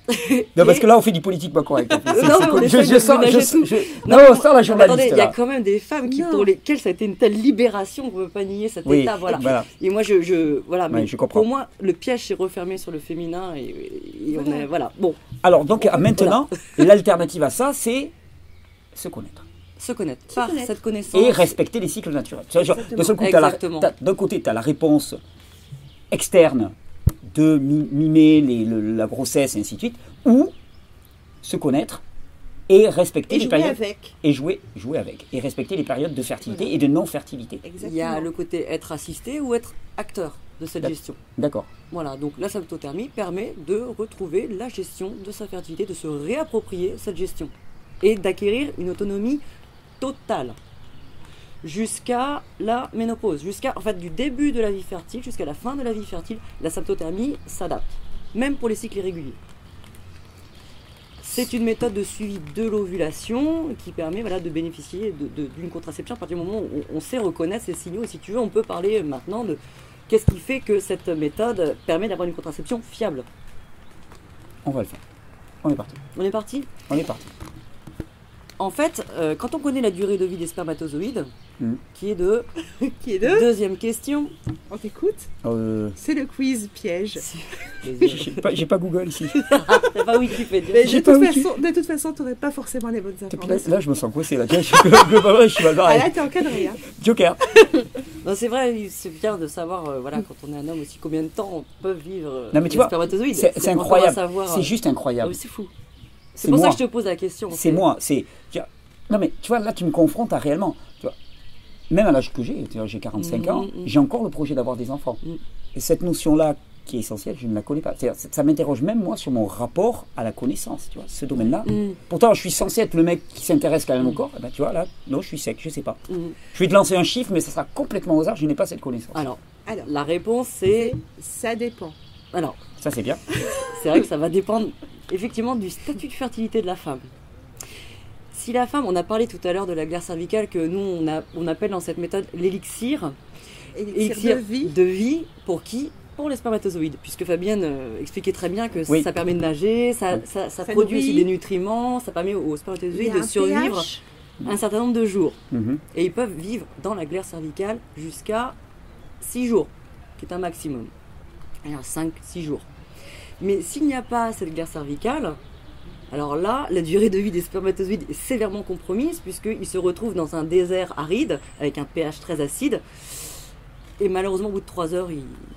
Non, parce que là, on fait du politique pas correct. En fait. Non, mais on essaie de ménager tout. Non, ça, la journaliste. Attendez, il y a quand même des femmes pour lesquelles ça a été une telle libération qu'on ne peut pas nier cet état. Voilà. Et moi, voilà, mais je comprends. Pour moi, le piège s'est refermé sur le féminin et on est. Voilà. Bon. Alors, donc, maintenant, l'alternative à ça, c'est se connaître. Se connaître. Par cette connaissance. Et respecter les cycles naturels. D'un seul coup, d'un côté, tu as la réponse externe de mimer la grossesse et ainsi de suite, ou se connaître et respecter les périodes et jouer avec et respecter les périodes de fertilité et de non-fertilité. Exactement. Il y a le côté être assisté ou être acteur de cette gestion. D'accord. Voilà, donc la symptothermie permet de retrouver la gestion de sa fertilité, de se réapproprier cette gestion et d'acquérir une autonomie totale jusqu'à la ménopause, en fait du début de la vie fertile jusqu'à la fin de la vie fertile, la symptothermie s'adapte, même pour les cycles irréguliers. C'est une méthode de suivi de l'ovulation qui permet de bénéficier d'une contraception à partir du moment où on sait reconnaître ces signaux. Et si tu veux, on peut parler maintenant de qu'est-ce qui fait que cette méthode permet d'avoir une contraception fiable. On va le faire. On est parti. On est parti ? On est parti. En fait, quand on connaît la durée de vie des spermatozoïdes, qui est de... Deuxième question. On t'écoute C'est le quiz piège. J'ai pas Google ici. T'as pas Wikipédia. Mais de toute façon, tu n'aurais pas forcément les bonnes informations. Là, je me sens coincé. Je suis mal barré. Ah là, t'es encadré. Hein. Joker. Non, c'est vrai, c'est bien de savoir, quand on est un homme aussi, combien de temps on peut vivre les spermatozoïdes. C'est incroyable. C'est juste incroyable. C'est fou. C'est pour ça que je te pose la question. C'est moi. Non, mais tu vois, là, tu me confrontes à réellement. Tu vois, même à l'âge que j'ai 45 ans, j'ai encore le projet d'avoir des enfants. Et cette notion-là, qui est essentielle, je ne la connais pas. Ça m'interroge même, moi, sur mon rapport à la connaissance, tu vois, ce domaine-là. Pourtant, je suis censé être le mec qui s'intéresse quand même au corps. Tu vois, là, non, je suis sec, je sais pas. Je vais te lancer un chiffre, mais ça sera complètement au hasard, je n'ai pas cette connaissance. Alors la réponse, c'est... Ça dépend. Alors, ça, c'est bien. C'est vrai que ça va dépendre, effectivement, du statut de fertilité de la femme. Si la femme, on a parlé tout à l'heure de la glaire cervicale que nous, on appelle dans cette méthode l'élixir. Élixir de vie, pour qui ? Pour les spermatozoïdes. Puisque Fabienne expliquait très bien que ça permet de nager, ça produit aussi des nutriments, ça permet aux spermatozoïdes de survivre un certain nombre de jours. Et ils peuvent vivre dans la glaire cervicale jusqu'à 6 jours, qui est un maximum. Alors 5-6 jours. Mais s'il n'y a pas cette glaire cervicale, alors là, la durée de vie des spermatozoïdes est sévèrement compromise puisqu'ils se retrouvent dans un désert aride avec un pH très acide. Et malheureusement, au bout de 3 heures,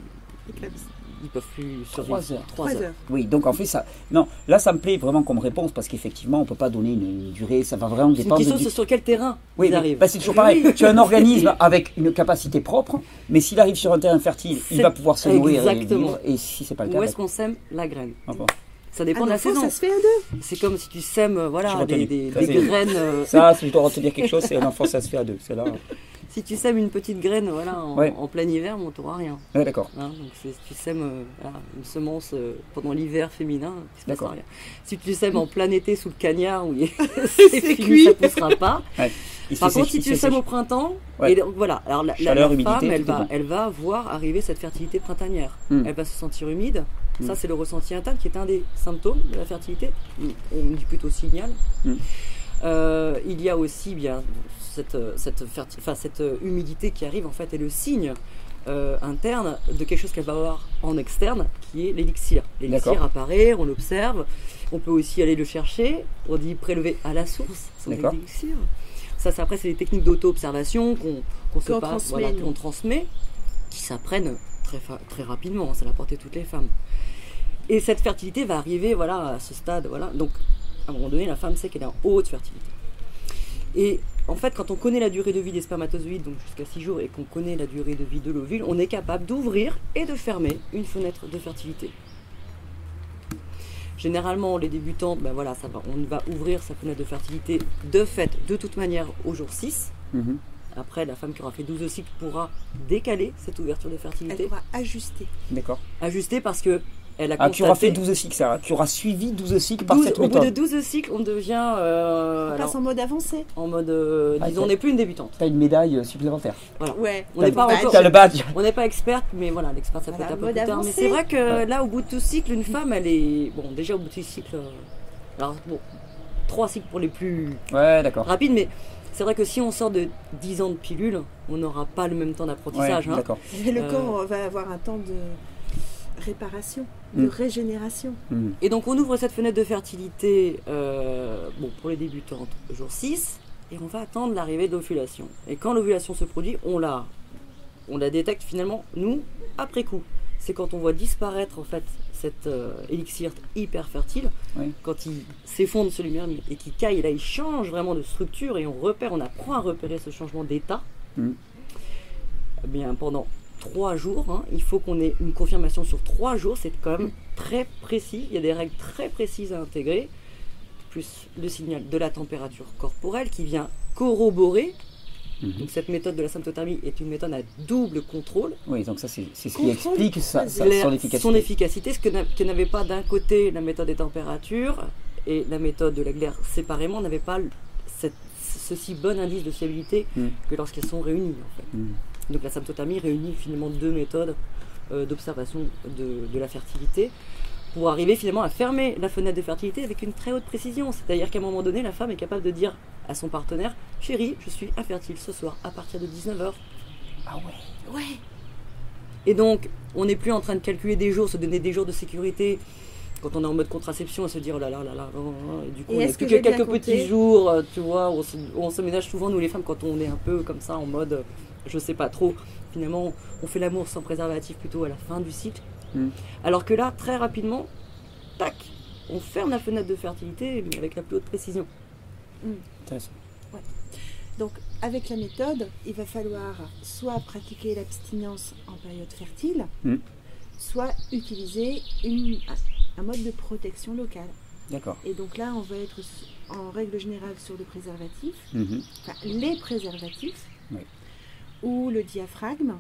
ils peuvent plus survivre. 3 heures. Oui, donc en fait, ça... Non, là, ça me plaît vraiment comme réponse parce qu'effectivement, on ne peut pas donner une durée, ça va vraiment dépendre... C'est une question sur quel terrain ils arrivent. C'est toujours pareil. Tu as un organisme avec une capacité propre, mais s'il arrive sur un terrain fertile, il va pouvoir se nourrir et vivre. Et si c'est pas le cas... Où est-ce qu'on sème la graine ? Ça dépend de la saison. Ça se fait à deux. C'est comme si tu sèmes des graines. Ça, si je dois retenir quelque chose, c'est un enfant, ça se fait à deux. C'est là. Si tu sèmes une petite graine en plein hiver, on t'aura rien. Ouais, d'accord. Donc si tu sèmes une semence pendant l'hiver féminin, il se passe rien. Si tu sèmes en plein été sous le cagnard, c'est fini, ça ne poussera pas. Ouais. Par contre, si tu sèmes au printemps, et voilà, alors la femme, elle va voir arriver cette fertilité printanière. Elle va se sentir humide. Ça, c'est le ressenti interne qui est un des symptômes de la fertilité. On dit plutôt signal. Il y a aussi bien cette humidité qui arrive, en fait, est le signe interne de quelque chose qu'elle va avoir en externe, qui est l'élixir. L'élixir apparaît, on l'observe. On peut aussi aller le chercher. On dit prélever à la source son élixir. Ça, après, c'est des techniques d'auto-observation qu'on transmet, qui s'apprennent très rapidement. Ça l'a porté toutes les femmes. Et cette fertilité va arriver à ce stade. Donc, à un moment donné, la femme sait qu'elle est en haute fertilité. Et en fait, quand on connaît la durée de vie des spermatozoïdes, donc jusqu'à 6 jours, et qu'on connaît la durée de vie de l'ovule, on est capable d'ouvrir et de fermer une fenêtre de fertilité. Généralement, les débutantes, on va ouvrir sa fenêtre de fertilité de fait, de toute manière, au jour 6. Après, la femme qui aura fait 12 cycles pourra décaler cette ouverture de fertilité. Elle pourra ajuster. D'accord. Ajuster parce que Elle a tu auras constaté- fait 12 cycles, Sarah. Tu auras suivi 12 cycles par 12 cette au bout de méthode. 12 cycles, on devient On alors, passe en mode avancé. en mode, Ah, disons, ok. on n'est plus une débutante. Tu as une médaille supplémentaire. Ouais. On n'est pas Badge. encore, Tu as le badge. on n'est pas experte, mais voilà, l'experte ça peut Voilà, être un peu mode plus tard. Mais avancé. c'est vrai que Ouais. là, au bout de tout cycle, une femme, elle est bon. Déjà au bout de tout cycle, alors bon, 3 cycles pour les plus Ouais, d'accord. rapides, mais c'est vrai que si on sort de 10 ans de pilule, on n'aura pas le même temps Ouais, d'apprentissage. hein. d'accord. Et le Euh, corps va avoir un temps de réparation, de régénération. Hmm. Et donc on ouvre cette fenêtre de fertilité bon, pour les débutantes jour 6 et on va attendre l'arrivée de l'ovulation. Et quand l'ovulation se produit, on la détecte finalement, nous, après coup. C'est quand on voit disparaître en fait cet élixir hyper fertile, Oui. quand il s'effondre sur lui-même et qu'il caille, et là il change vraiment de structure et on apprend à repérer ce changement d'état. Eh bien, pendant 3 jours, hein, il faut qu'on ait une confirmation sur 3 jours, c'est quand même très précis, il y a des règles très précises à intégrer, plus le signal de la température corporelle qui vient corroborer. Donc cette méthode de la symptothermie est une méthode à double contrôle. Oui, donc ça, c'est ce qui Contrôle. explique son efficacité. Son efficacité, ce que n'avait pas d'un côté la méthode des températures et la méthode de la glaire séparément, n'avait pas ce si bon indice de fiabilité que lorsqu'elles sont réunies. En fait. Donc la symptothermie réunit finalement 2 méthodes d'observation de la fertilité pour arriver finalement à fermer la fenêtre de fertilité avec une très haute précision. C'est-à-dire qu'à un moment donné, la femme est capable de dire à son partenaire « Chérie, je suis infertile ce soir à partir de 19h ». Ah ouais. Ouais. Et donc, on n'est plus en train de calculer des jours, se donner des jours de sécurité quand on est en mode contraception et se dire oh là là là là. Et du coup, Et on est-ce n'a plus que que j'ai bien quelques compté petits jours, tu vois, où on se ménage souvent, nous les femmes, quand on est un peu comme ça, en mode je sais pas trop. Finalement, on fait l'amour sans préservatif plutôt à la fin du cycle. Alors que là, très rapidement, tac, on ferme la fenêtre de fertilité, mais avec la plus haute précision. Intéressant. Donc, avec la méthode, il va falloir soit pratiquer l'abstinence en période fertile, soit utiliser un mode de protection locale. D'accord. Et donc là, on va être en règle générale sur le préservatif, enfin les préservatifs, Oui. ou le diaphragme.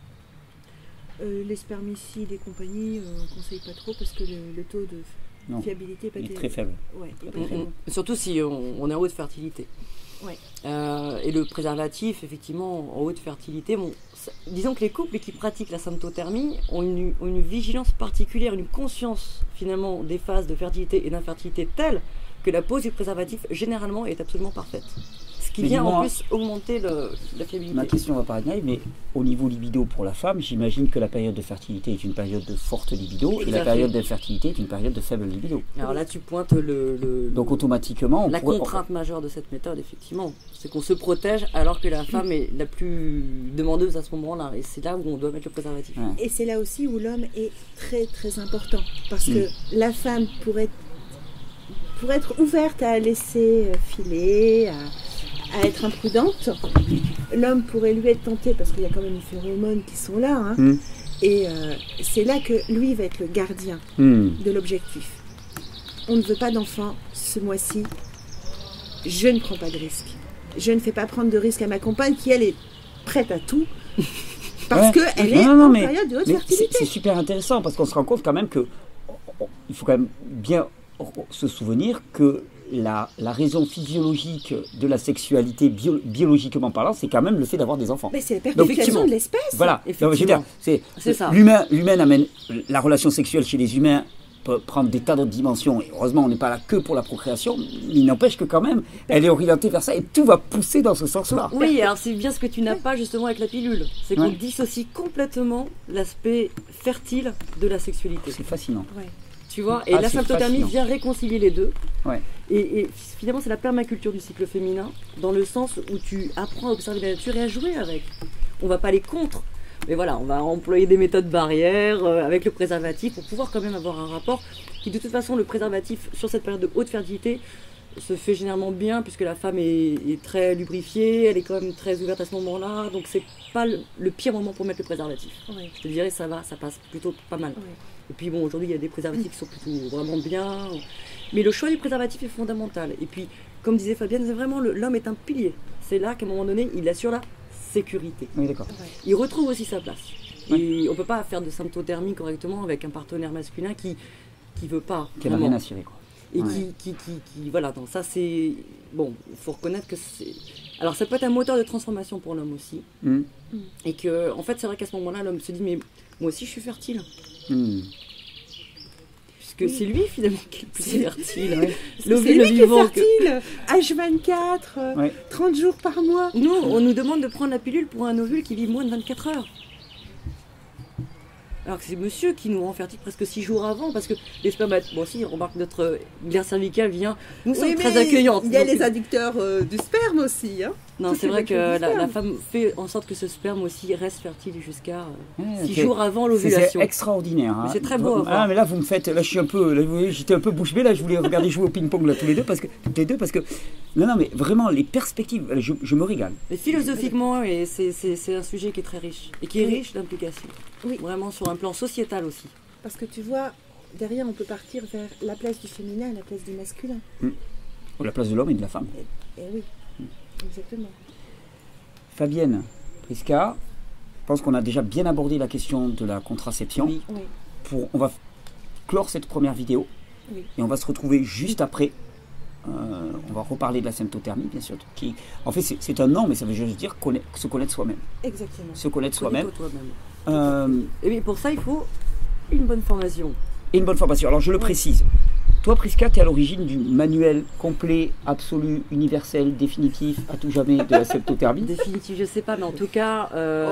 Les spermicides et compagnie, on ne conseille pas trop parce que le taux de Non, fiabilité n'est il pas est très faible. Ouais, il est pas très bon. Surtout si on est en haute fertilité. Ouais. Et le préservatif, effectivement, en haute fertilité, disons que les couples qui pratiquent la symptothermie ont une vigilance particulière, une conscience finalement des phases de fertilité et d'infertilité telle que la pose du préservatif généralement est absolument parfaite. Ce qui Mais vient dis-moi, en plus augmenter la fiabilité. Ma question va paraître naïve, mais au niveau libido pour la femme, j'imagine que la période de fertilité est une période de forte libido et Tout la à période fait. d'infertilité est une période de faible libido. Alors là, tu pointes Donc automatiquement, la contrainte majeure de cette méthode, effectivement, c'est qu'on se protège alors que la femme est la plus demandeuse à ce moment-là. Et c'est là où on doit mettre le préservatif. Ouais. Et c'est là aussi où l'homme est très très important. Parce que la femme pourrait être ouverte à laisser filer, à être imprudente. L'homme pourrait lui être tenté parce qu'il y a quand même les phéromones qui sont là. Hein. Et c'est là que lui va être le gardien de l'objectif. On ne veut pas d'enfant ce mois-ci. Je ne prends pas de risque. Je ne fais pas prendre de risque à ma compagne qui, elle, est prête à tout. Parce qu'elle est en période de haute fertilité. C'est super intéressant parce qu'on se rend compte quand même que il faut quand même bien se souvenir que la raison physiologique de la sexualité biologiquement parlant, c'est quand même le fait d'avoir des enfants. Mais c'est la perpétuation de l'espèce. Voilà. Donc, je veux dire, c'est ça. L'humain amène la relation sexuelle chez les humains peut prendre des tas d'autres dimensions. Et heureusement, on n'est pas là que pour la procréation. Il n'empêche que quand même, elle est orientée vers ça et tout va pousser dans ce sens-là. Oui, alors c'est bien ce que tu n'as pas justement avec la pilule. C'est qu'on dissocie complètement l'aspect fertile de la sexualité. C'est fascinant. Ouais. Tu vois, et la symptothermie vient réconcilier les deux. Ouais. Et finalement, c'est la permaculture du cycle féminin, dans le sens où tu apprends à observer la nature et à jouer avec. On va pas aller contre, mais voilà, on va employer des méthodes barrières avec le préservatif pour pouvoir quand même avoir un rapport qui, de toute façon, le préservatif sur cette période de haute fertilité se fait généralement bien puisque la femme est très lubrifiée, elle est quand même très ouverte à ce moment-là, donc c'est pas le pire moment pour mettre le préservatif. Ouais. Je te dirais, ça passe plutôt pas mal. Ouais. Et puis bon, aujourd'hui il y a des préservatifs qui sont plutôt vraiment bien, mais le choix du préservatif est fondamental. Et puis, comme disait Fabienne, c'est vraiment l'homme est un pilier. C'est là qu'à un moment donné, il assure la sécurité. Oui, d'accord. Il retrouve aussi sa place. Et on ne peut pas faire de symptothermie correctement avec un partenaire masculin qui veut pas. Qui n'a rien à cirer, quoi. Et qui voilà, donc ça c'est... Bon, il faut reconnaître que c'est... Alors ça peut être un moteur de transformation pour l'homme aussi. Et que, en fait, c'est vrai qu'à ce moment-là, l'homme se dit, mais moi aussi je suis fertile. Puisque c'est lui finalement qui est le plus fertile. L'ovule vivant. C'est lui qui est fertile, H24, 30 jours par mois. Nous, on nous demande de prendre la pilule pour un ovule qui vit moins de 24 heures. Alors que c'est monsieur qui nous rend fertile presque 6 jours avant, parce que les spermates, bon si, remarque notre glaire cervicale vient, nous sommes très accueillantes. Il y a les inducteurs du sperme aussi. Hein. Non, c'est vrai que la femme fait en sorte que ce sperme aussi reste fertile jusqu'à 6 jours avant l'ovulation. C'est extraordinaire. Hein. C'est très beau à voir. Ah, mais là vous me faites, là je suis un peu, là, vous voyez, j'étais un peu bouche bée, là je voulais regarder jouer au ping-pong là toutes les deux parce que, non mais vraiment les perspectives, je me régale. Et philosophiquement, et c'est un sujet qui est très riche et qui est riche d'implications. Oui. Vraiment sur un plan sociétal aussi. Parce que tu vois, derrière on peut partir vers la place du féminin et la place du masculin. Ou la place de l'homme et de la femme. Et oui. Exactement. Fabienne Prisca, je pense qu'on a déjà bien abordé la question de la contraception. Oui. On va clore cette première vidéo et on va se retrouver juste après. On va reparler de la symptothermie, bien sûr. En fait, c'est un nom, mais ça veut juste dire se connaître soi-même. Exactement. Se connaître soi-même. Et bien pour ça, il faut une bonne formation. Et une bonne formation. Alors, je le précise. Toi, Prisca, tu es à l'origine du manuel complet, absolu, universel, définitif, à tout jamais de la symptothermie. Définitif, je ne sais pas, mais en tout cas,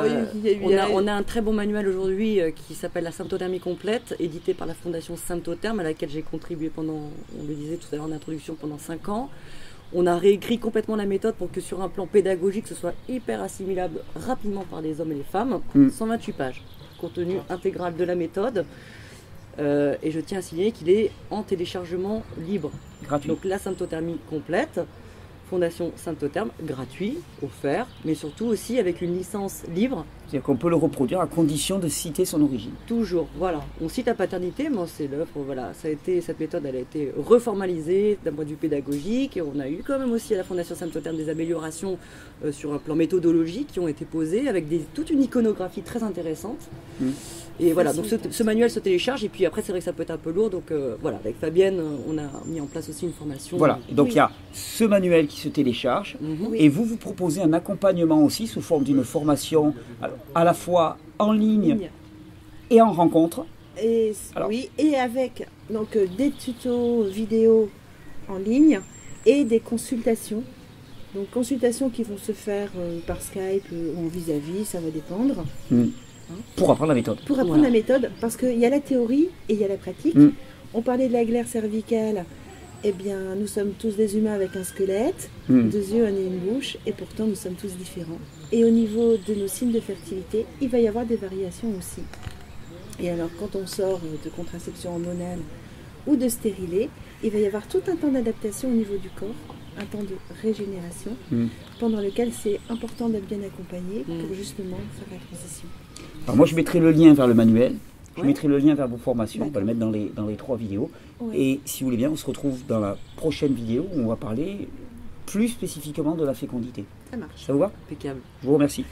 on a un très bon manuel aujourd'hui qui s'appelle la symptothermie complète, édité par la Fondation Symptotherme, à laquelle j'ai contribué pendant, on le disait tout à l'heure en introduction, pendant 5 ans. On a réécrit complètement la méthode pour que sur un plan pédagogique, ce soit hyper assimilable rapidement par les hommes et les femmes. 128 pages, contenu intégral de la méthode. Et je tiens à signaler qu'il est en téléchargement libre. Gratuit. Donc la symptothermie complète, Fondation Symptotherme, gratuit, offert, mais surtout aussi avec une licence libre. C'est-à-dire qu'on peut le reproduire à condition de citer son origine. Toujours, voilà. On cite la paternité, mais c'est l'œuvre, voilà. Cette méthode, elle a été reformalisée d'un point de vue pédagogique. Et on a eu quand même aussi à la Fondation Symptotherme des améliorations sur un plan méthodologique qui ont été posées avec toute une iconographie très intéressante. Et voilà, donc ce manuel se télécharge et puis après c'est vrai que ça peut être un peu lourd, donc voilà, avec Fabienne on a mis en place aussi une formation. Voilà, donc il y a ce manuel qui se télécharge et vous proposez un accompagnement aussi sous forme d'une formation à la fois en ligne et en rencontre. Et avec donc, des tutos vidéo en ligne et des consultations. Donc consultations qui vont se faire par Skype ou en vis-à-vis, ça va dépendre. Pour apprendre la méthode. Pour apprendre la méthode, parce qu'il y a la théorie et il y a la pratique. On parlait de la glaire cervicale. Eh bien, nous sommes tous des humains avec un squelette, 2 yeux, un nez et une bouche, et pourtant nous sommes tous différents. Et au niveau de nos signes de fertilité, il va y avoir des variations aussi. Et alors, quand on sort de contraception hormonale ou de stérilet, il va y avoir tout un temps d'adaptation au niveau du corps, un temps de régénération, pendant lequel c'est important d'être bien accompagné pour justement faire la transition. Alors moi, je mettrai le lien vers le manuel, je mettrai le lien vers vos formations, on va le mettre dans les 3 vidéos. Et si vous voulez bien, on se retrouve dans la prochaine vidéo où on va parler plus spécifiquement de la fécondité. Ça marche. Ça vous va ? Impeccable. Je vous remercie.